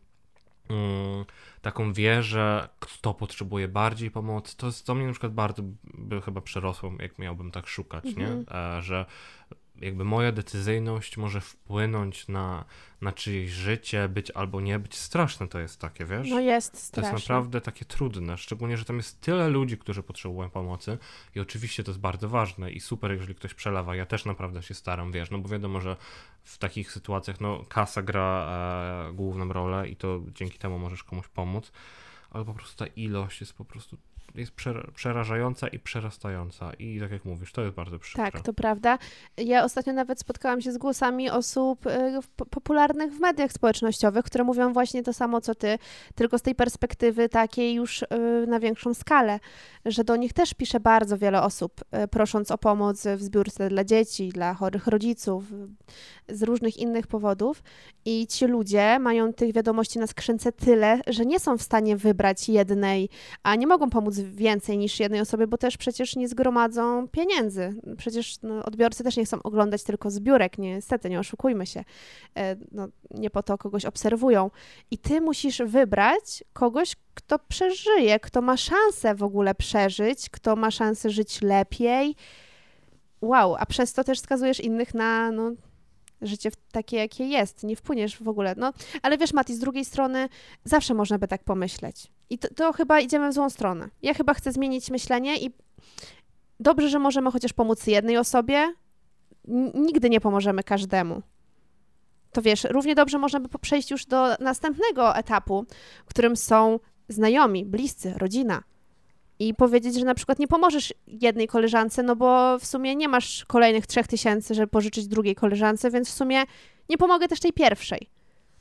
taką wieżę, kto potrzebuje bardziej pomocy. To mnie na przykład bardzo by chyba przerosło, jak miałbym tak szukać, nie? Że jakby moja decyzyjność może wpłynąć na czyjeś życie, być albo nie być. Straszne to jest takie, wiesz? No jest To straszne. jest naprawdę takie trudne, szczególnie, że tam jest tyle ludzi, którzy potrzebują pomocy i oczywiście to jest bardzo ważne i super, jeżeli ktoś przelewa. Ja też naprawdę się staram, wiesz, no bo wiadomo, że w takich sytuacjach, no kasa gra główną rolę i to dzięki temu możesz komuś pomóc, ale po prostu ta ilość jest po prostu przerażająca i przerastająca i tak jak mówisz, to jest bardzo przykre. Tak, to prawda. Ja ostatnio nawet spotkałam się z głosami osób popularnych w mediach społecznościowych, które mówią właśnie to samo, co ty, tylko z tej perspektywy takiej już na większą skalę, że do nich też pisze bardzo wiele osób, prosząc o pomoc w zbiórce dla dzieci, dla chorych rodziców, z różnych innych powodów i ci ludzie mają tych wiadomości na skrzynce tyle, że nie są w stanie wybrać jednej, a nie mogą pomóc więcej niż jednej osobie, bo też przecież nie zgromadzą pieniędzy. Przecież odbiorcy też nie chcą oglądać tylko zbiórek, niestety, nie oszukujmy się. Nie po to kogoś obserwują. I ty musisz wybrać kogoś, kto przeżyje, kto ma szansę w ogóle przeżyć, kto ma szansę żyć lepiej. Wow, a przez to też skazujesz innych na życie takie, jakie jest. Nie wpłyniesz w ogóle. No, ale wiesz, Mati, z drugiej strony zawsze można by tak pomyśleć. I to chyba idziemy w złą stronę. Ja chyba chcę zmienić myślenie i dobrze, że możemy chociaż pomóc jednej osobie. Nigdy nie pomożemy każdemu. To wiesz, równie dobrze można by przejść już do następnego etapu, w którym są znajomi, bliscy, rodzina. I powiedzieć, że na przykład nie pomożesz jednej koleżance, no bo w sumie nie masz kolejnych 3000, żeby pożyczyć drugiej koleżance, więc w sumie nie pomogę też tej pierwszej.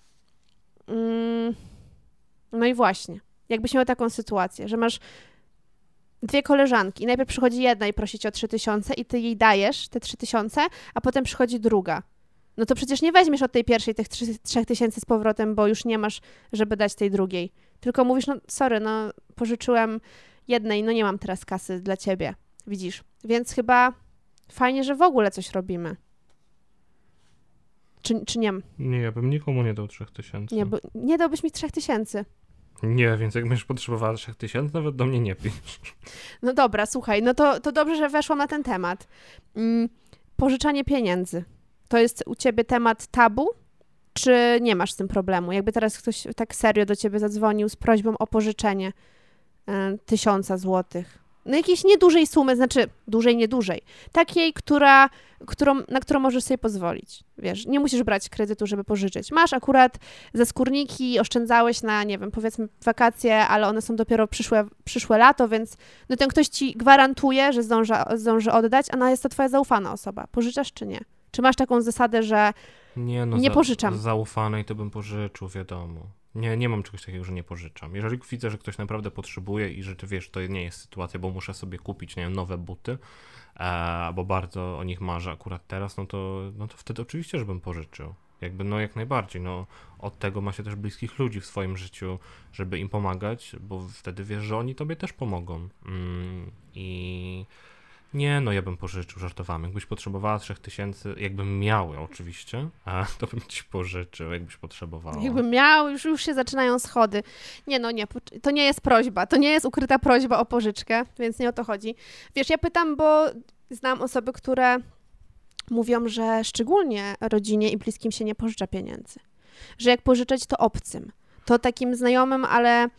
No i właśnie, jakbyś miał taką sytuację, że masz 2 koleżanki i najpierw przychodzi jedna i prosi cię o 3000 i ty jej dajesz te 3000, a potem przychodzi druga. No to przecież nie weźmiesz od tej pierwszej tych 3000 z powrotem, bo już nie masz, żeby dać tej drugiej. Tylko mówisz, no sorry, no pożyczyłem jednej, no nie mam teraz kasy dla ciebie, widzisz. Więc chyba fajnie, że w ogóle coś robimy. Czy nie? Nie, ja bym nikomu nie dał 3000. Nie, bo nie dałbyś mi 3000. Nie, więc jak będziesz potrzebowała 3000, nawet do mnie nie pisz. No dobra, słuchaj, no to dobrze, że weszłam na ten temat. Pożyczanie pieniędzy. To jest u ciebie temat tabu, czy nie masz z tym problemu? Jakby teraz ktoś tak serio do ciebie zadzwonił z prośbą o pożyczenie 1000 złotych. No jakiejś niedużej sumy, znaczy dużej, niedużej. Takiej, na którą możesz sobie pozwolić. Wiesz, nie musisz brać kredytu, żeby pożyczyć. Masz akurat ze skórniki, oszczędzałeś na, nie wiem, powiedzmy wakacje, ale one są dopiero przyszłe lato, więc no ten ktoś ci gwarantuje, że zdąży oddać, a jest to twoja zaufana osoba. Pożyczasz czy nie? Czy masz taką zasadę, że nie pożyczam? Zaufanej to bym pożyczył, wiadomo. Nie mam czegoś takiego, że nie pożyczam. Jeżeli widzę, że ktoś naprawdę potrzebuje i że ty wiesz, to nie jest sytuacja, bo muszę sobie kupić, nie wiem, nowe buty, bo bardzo o nich marzę akurat teraz, no to wtedy oczywiście, żebym pożyczył. Jakby, no jak najbardziej, no od tego ma się też bliskich ludzi w swoim życiu, żeby im pomagać, bo wtedy wiesz, że oni tobie też pomogą. I nie, no ja bym pożyczył, żartowałem. Jakbyś potrzebowała 3000, jakbym miał oczywiście, to bym ci pożyczył, jakbyś potrzebowała. Jakbym miał, już się zaczynają schody. Nie, to nie jest prośba, to nie jest ukryta prośba o pożyczkę, więc nie o to chodzi. Wiesz, ja pytam, bo znam osoby, które mówią, że szczególnie rodzinie i bliskim się nie pożycza pieniędzy. Że jak pożyczać, to obcym. To takim znajomym, ale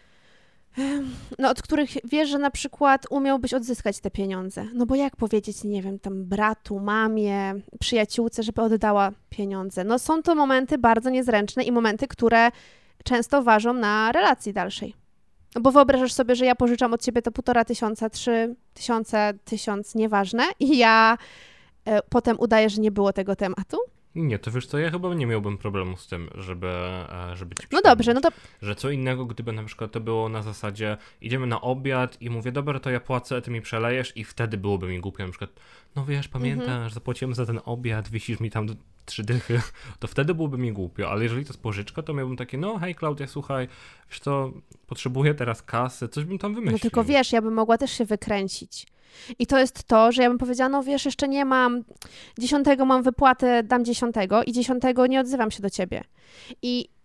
od których wiesz, że na przykład umiałbyś odzyskać te pieniądze. No bo jak powiedzieć, nie wiem, tam bratu, mamie, przyjaciółce, żeby oddała pieniądze. No są to momenty bardzo niezręczne i momenty, które często ważą na relacji dalszej. No bo wyobrażasz sobie, że ja pożyczam od ciebie to 1500, 3000, 1000, nieważne i ja potem udaję, że nie było tego tematu. Nie, to wiesz co, ja chyba nie miałbym problemu z tym, żeby ci No dobrze, no to... Że co innego, gdyby na przykład to było na zasadzie idziemy na obiad i mówię, dobra, to ja płacę, a ty mi przelejesz i wtedy byłoby mi głupio, na przykład, no wiesz, pamiętasz, zapłaciłem za ten obiad, wisisz mi tam 3 dychy, to wtedy byłoby mi głupio, ale jeżeli to jest pożyczka, to miałbym takie, no hej Klaudia, słuchaj, wiesz co, potrzebuję teraz kasy, coś bym tam wymyślił. No tylko wiesz, ja bym mogła też się wykręcić. I to jest to, że ja bym powiedziała, no wiesz, jeszcze nie mam, 10 mam wypłatę, dam 10 i 10 nie odzywam się do ciebie. I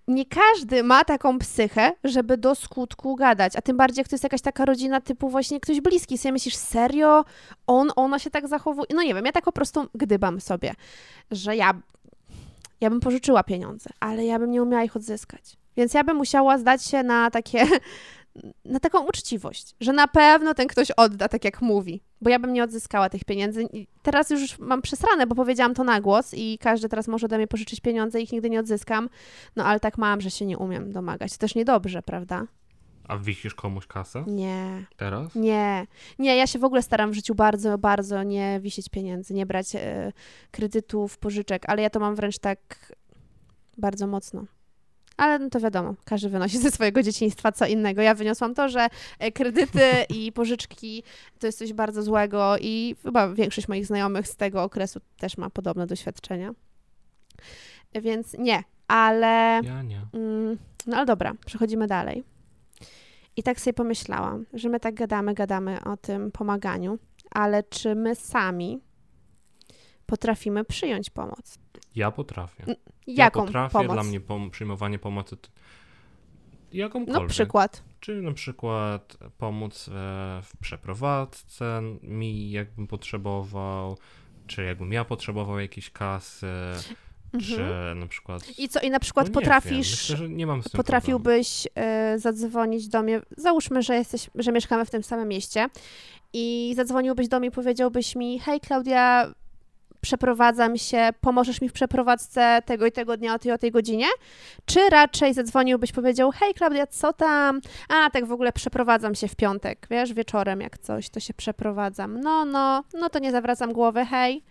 nie każdy ma taką psychę, żeby do skutku gadać, a tym bardziej jak to jest jakaś taka rodzina typu właśnie ktoś bliski, sobie myślisz, serio? Ona się tak zachowuje? No nie wiem, ja tak po prostu gdybam sobie, że ja bym pożyczyła pieniądze, ale ja bym nie umiała ich odzyskać. Więc ja bym musiała zdać się na taką uczciwość, że na pewno ten ktoś odda, tak jak mówi, bo ja bym nie odzyskała tych pieniędzy. I teraz już mam przesrane, bo powiedziałam to na głos i każdy teraz może ode mnie pożyczyć pieniądze i ich nigdy nie odzyskam, no ale tak mam, że się nie umiem domagać. To też niedobrze, prawda? A wisisz komuś kasę? Nie. Teraz? Nie, ja się w ogóle staram w życiu bardzo, bardzo nie wisieć pieniędzy, nie brać kredytów, pożyczek, ale ja to mam wręcz tak bardzo mocno. Ale no to wiadomo, każdy wynosi ze swojego dzieciństwa co innego. Ja wyniosłam to, że kredyty i pożyczki to jest coś bardzo złego i chyba większość moich znajomych z tego okresu też ma podobne doświadczenia. Więc nie, ale... Ja nie. No ale dobra, przechodzimy dalej. I tak sobie pomyślałam, że my tak gadamy o tym pomaganiu, ale czy my sami potrafimy przyjąć pomoc? Ja potrafię. Jaką ja potrafię, pomoc? Dla mnie przyjmowanie pomocy jakąkolwiek. No przykład. Czy na przykład pomóc w przeprowadzce mi, jakbym potrzebował, czy jakbym ja potrzebował jakiejś kasy, czy na przykład... I co, i na przykład no potrafisz... Myślę, że nie mam z tym potrafiłbyś zadzwonić do mnie, załóżmy, że mieszkamy w tym samym mieście i zadzwoniłbyś do mnie i powiedziałbyś mi, hej Klaudia, przeprowadzam się, pomożesz mi w przeprowadzce tego i tego dnia o tej godzinie? Czy raczej zadzwoniłbyś, powiedział, hej Klaudia, co tam? A, tak w ogóle przeprowadzam się w piątek, wiesz, wieczorem jak coś, to się przeprowadzam. No to nie zawracam głowy, hej.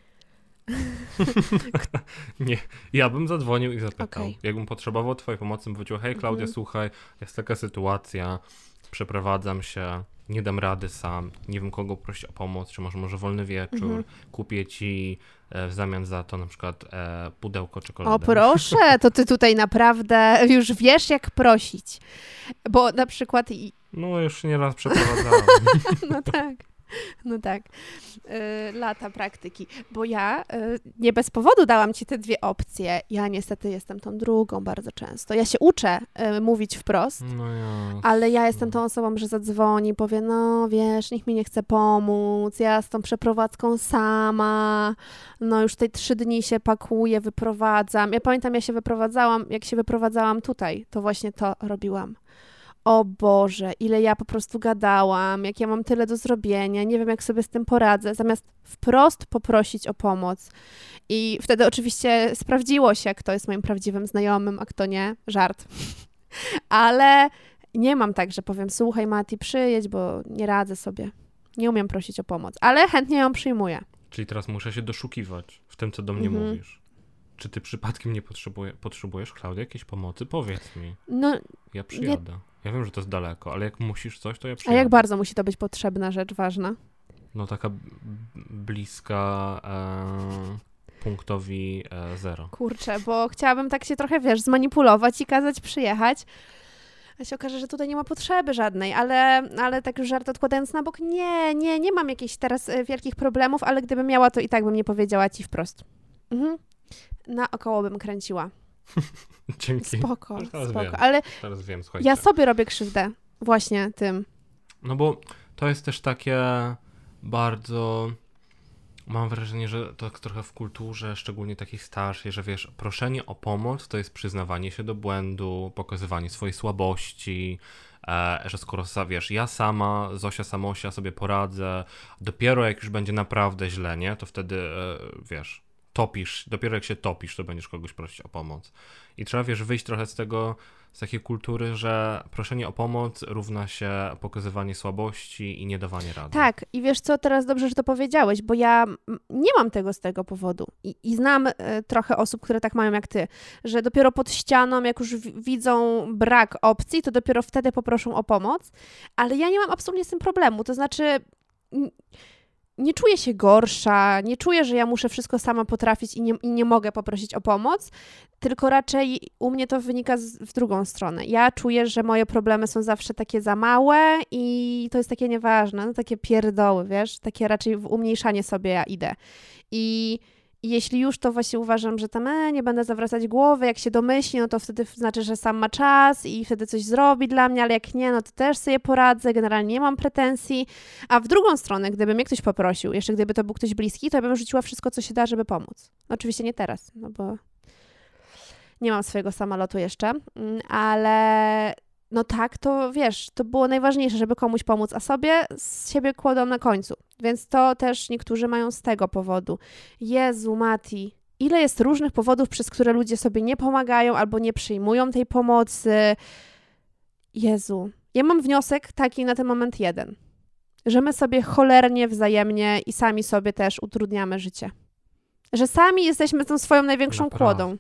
Nie, ja bym zadzwonił i zapytał. Okay. Jakbym potrzebował twojej pomocy, bym powiedział, hej Klaudia, słuchaj, jest taka sytuacja, przeprowadzam się, nie dam rady sam, nie wiem kogo prosić o pomoc, czy może wolny wieczór, kupię ci w zamian za to na przykład pudełko czekolady. O proszę, to ty tutaj naprawdę już wiesz jak prosić, bo na przykład... No już nieraz przeprowadzałem. No tak. Lata praktyki. Bo ja nie bez powodu dałam ci te dwie opcje. Ja niestety jestem tą drugą bardzo często. Ja się uczę mówić wprost, ale ja jestem tą osobą, że zadzwoni, powie, no wiesz, nikt mi nie chce pomóc, ja z tą przeprowadzką sama, no już tutaj 3 dni się pakuję, wyprowadzam. Ja pamiętam, jak się wyprowadzałam tutaj, to właśnie to robiłam. O Boże, ile ja po prostu gadałam, jak ja mam tyle do zrobienia, nie wiem, jak sobie z tym poradzę, zamiast wprost poprosić o pomoc. I wtedy oczywiście sprawdziło się, kto jest moim prawdziwym znajomym, a kto nie. Żart. Ale nie mam tak, że powiem, słuchaj Mati, przyjedź, bo nie radzę sobie. Nie umiem prosić o pomoc, ale chętnie ją przyjmuję. Czyli teraz muszę się doszukiwać w tym, co do mnie mówisz. Czy ty przypadkiem nie potrzebujesz, Klaudia, jakiejś pomocy? Powiedz mi. No, ja przyjadę. Ja wiem, że to jest daleko, ale jak musisz coś, to ja przyjadę. A jak bardzo musi to być potrzebna rzecz, ważna? No taka bliska punktowi 0. Kurczę, bo chciałabym tak się trochę, wiesz, zmanipulować i kazać przyjechać. A się okaże, że tutaj nie ma potrzeby żadnej, ale tak już żart odkładając na bok, nie mam jakichś teraz wielkich problemów, ale gdybym miała, to i tak bym nie powiedziała ci wprost. Naokoło bym kręciła. Dzięki. Spoko. Wiem. Ale teraz wiem, słuchajcie. ja sobie robię krzywdę właśnie tym. No bo to jest też takie bardzo... Mam wrażenie, że to trochę w kulturze, szczególnie takiej starszej, że wiesz, proszenie o pomoc to jest przyznawanie się do błędu, pokazywanie swojej słabości, że skoro, wiesz, ja sama, Zosia Samosia sobie poradzę, dopiero jak już będzie naprawdę źle, nie, to wtedy, wiesz, dopiero jak się topisz, to będziesz kogoś prosić o pomoc. I trzeba, wiesz, wyjść trochę z takiej kultury, że proszenie o pomoc równa się pokazywanie słabości i nie dawanie rady. Tak, i wiesz co, teraz dobrze, że to powiedziałeś, bo ja nie mam tego z tego powodu. I znam trochę osób, które tak mają jak ty, że dopiero pod ścianą, jak już widzą brak opcji, to dopiero wtedy poproszą o pomoc, ale ja nie mam absolutnie z tym problemu, to znaczy... Nie czuję się gorsza, nie czuję, że ja muszę wszystko sama potrafić i nie mogę poprosić o pomoc, tylko raczej u mnie to wynika w drugą stronę. Ja czuję, że moje problemy są zawsze takie za małe i to jest takie nieważne, no takie pierdoły, wiesz, takie raczej w umniejszanie sobie ja idę. I jeśli już, to właśnie uważam, że tam nie będę zawracać głowy, jak się domyśli, no to wtedy znaczy, że sam ma czas i wtedy coś zrobi dla mnie, ale jak nie, no to też sobie poradzę, generalnie nie mam pretensji. A w drugą stronę, gdyby mnie ktoś poprosił, jeszcze gdyby to był ktoś bliski, to ja bym rzuciła wszystko, co się da, żeby pomóc. Oczywiście nie teraz, no bo nie mam swojego samolotu jeszcze, ale no tak, to wiesz, to było najważniejsze, żeby komuś pomóc, a sobie z siebie kładą na końcu. Więc to też niektórzy mają z tego powodu. Jezu, Mati, ile jest różnych powodów, przez które ludzie sobie nie pomagają albo nie przyjmują tej pomocy. Jezu. Ja mam wniosek taki na ten moment jeden. Że my sobie cholernie wzajemnie i sami sobie też utrudniamy życie. Że sami jesteśmy tą swoją największą kłodą.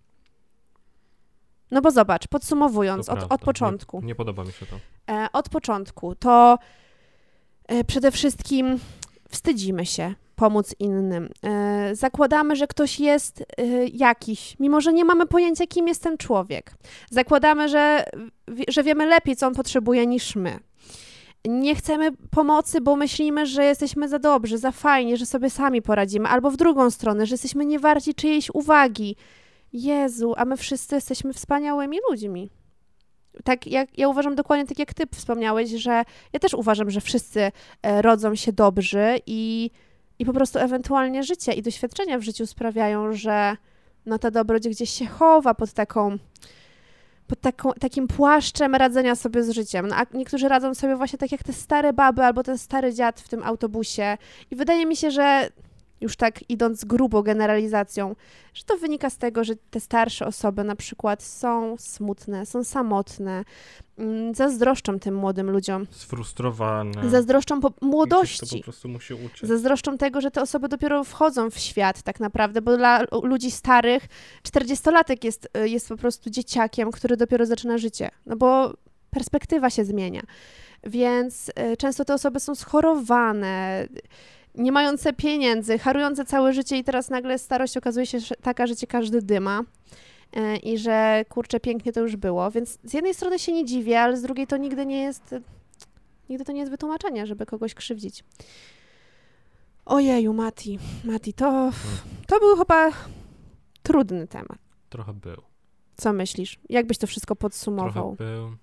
No bo zobacz, podsumowując, od początku. Nie podoba mi się to. Od początku to przede wszystkim wstydzimy się pomóc innym. Zakładamy, że ktoś jest jakiś, mimo że nie mamy pojęcia, kim jest ten człowiek. Zakładamy, że wiemy lepiej, co on potrzebuje niż my. Nie chcemy pomocy, bo myślimy, że jesteśmy za dobrzy, za fajni, że sobie sami poradzimy. Albo w drugą stronę, że jesteśmy nie warci czyjejś uwagi. Jezu, a my wszyscy jesteśmy wspaniałymi ludźmi. Tak jak ja uważam dokładnie tak, jak ty wspomniałeś, że ja też uważam, że wszyscy rodzą się dobrzy i po prostu ewentualnie życie i doświadczenia w życiu sprawiają, że no ta dobroć gdzieś się chowa pod takim płaszczem radzenia sobie z życiem. No, a niektórzy radzą sobie właśnie tak jak te stare baby albo ten stary dziad w tym autobusie. I wydaje mi się, że już tak idąc grubo generalizacją, że to wynika z tego, że te starsze osoby na przykład są smutne, są samotne, zazdroszczą tym młodym ludziom. Sfrustrowane. Zazdroszczą młodości. To po prostu musi uczyć. Zazdroszczą tego, że te osoby dopiero wchodzą w świat tak naprawdę, bo dla ludzi starych 40-latek jest po prostu dzieciakiem, który dopiero zaczyna życie. No bo perspektywa się zmienia. Więc często te osoby są schorowane, nie mające pieniędzy, harujące całe życie i teraz nagle starość okazuje się taka, że cię każdy dyma i że kurczę, pięknie to już było. Więc z jednej strony się nie dziwię, ale z drugiej to nigdy to nie jest wytłumaczenie, żeby kogoś krzywdzić. Ojeju, Mati, to był chyba trudny temat. Trochę był. Co myślisz? Jak byś to wszystko podsumował? Trochę był.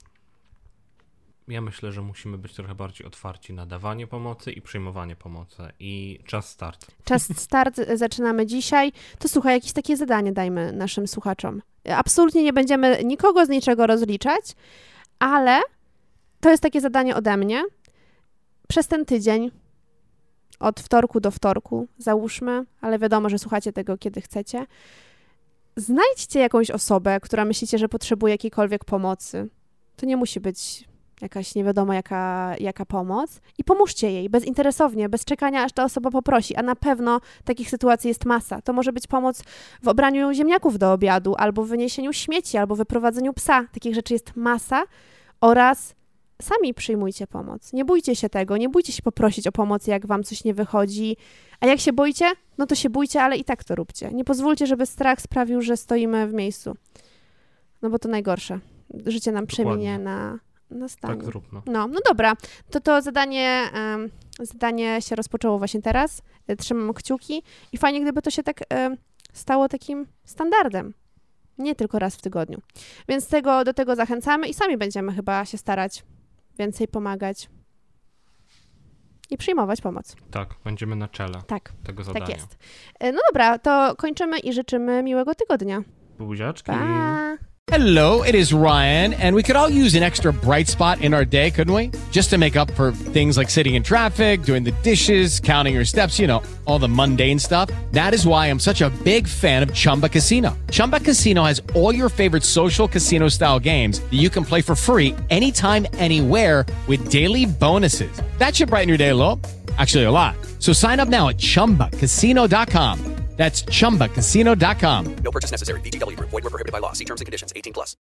Ja myślę, że musimy być trochę bardziej otwarci na dawanie pomocy i przyjmowanie pomocy. I czas start. Czas start, zaczynamy dzisiaj. To słuchaj, jakieś takie zadanie dajmy naszym słuchaczom. Absolutnie nie będziemy nikogo z niczego rozliczać, ale to jest takie zadanie ode mnie. Przez ten tydzień, od wtorku do wtorku, załóżmy, ale wiadomo, że słuchacie tego, kiedy chcecie, znajdźcie jakąś osobę, która myślicie, że potrzebuje jakiejkolwiek pomocy. To nie musi być jakaś nie wiadomo jaka pomoc i pomóżcie jej bezinteresownie, bez czekania, aż ta osoba poprosi, a na pewno takich sytuacji jest masa. To może być pomoc w obraniu ziemniaków do obiadu, albo w wyniesieniu śmieci, albo wyprowadzeniu psa. Takich rzeczy jest masa oraz sami przyjmujcie pomoc. Nie bójcie się tego, nie bójcie się poprosić o pomoc, jak wam coś nie wychodzi, a jak się boicie, no to się bójcie, ale i tak to róbcie. Nie pozwólcie, żeby strach sprawił, że stoimy w miejscu. No bo to najgorsze. Życie nam przeminie na stanie. Tak zrób, no. No dobra, to zadanie się rozpoczęło właśnie teraz. Trzymam kciuki i fajnie, gdyby to się tak stało takim standardem. Nie tylko raz w tygodniu. Więc do tego zachęcamy i sami będziemy chyba się starać więcej pomagać i przyjmować pomoc. Tak, będziemy na czele tego zadania. Tak jest. No dobra, to kończymy i życzymy miłego tygodnia. Buziaczki. Pa! Hello, it is Ryan, and we could all use an extra bright spot in our day, couldn't we? Just to make up for things like sitting in traffic, doing the dishes, counting your steps, all the mundane stuff. That is why I'm such a big fan of Chumba Casino. Chumba Casino has all your favorite social casino-style games that you can play for free anytime, anywhere with daily bonuses. That should brighten your day a little. Actually, a lot. So sign up now at ChumbaCasino.com. That's ChumbaCasino.com. No purchase necessary. VGW Group. Void where prohibited by law. See terms and conditions. 18+.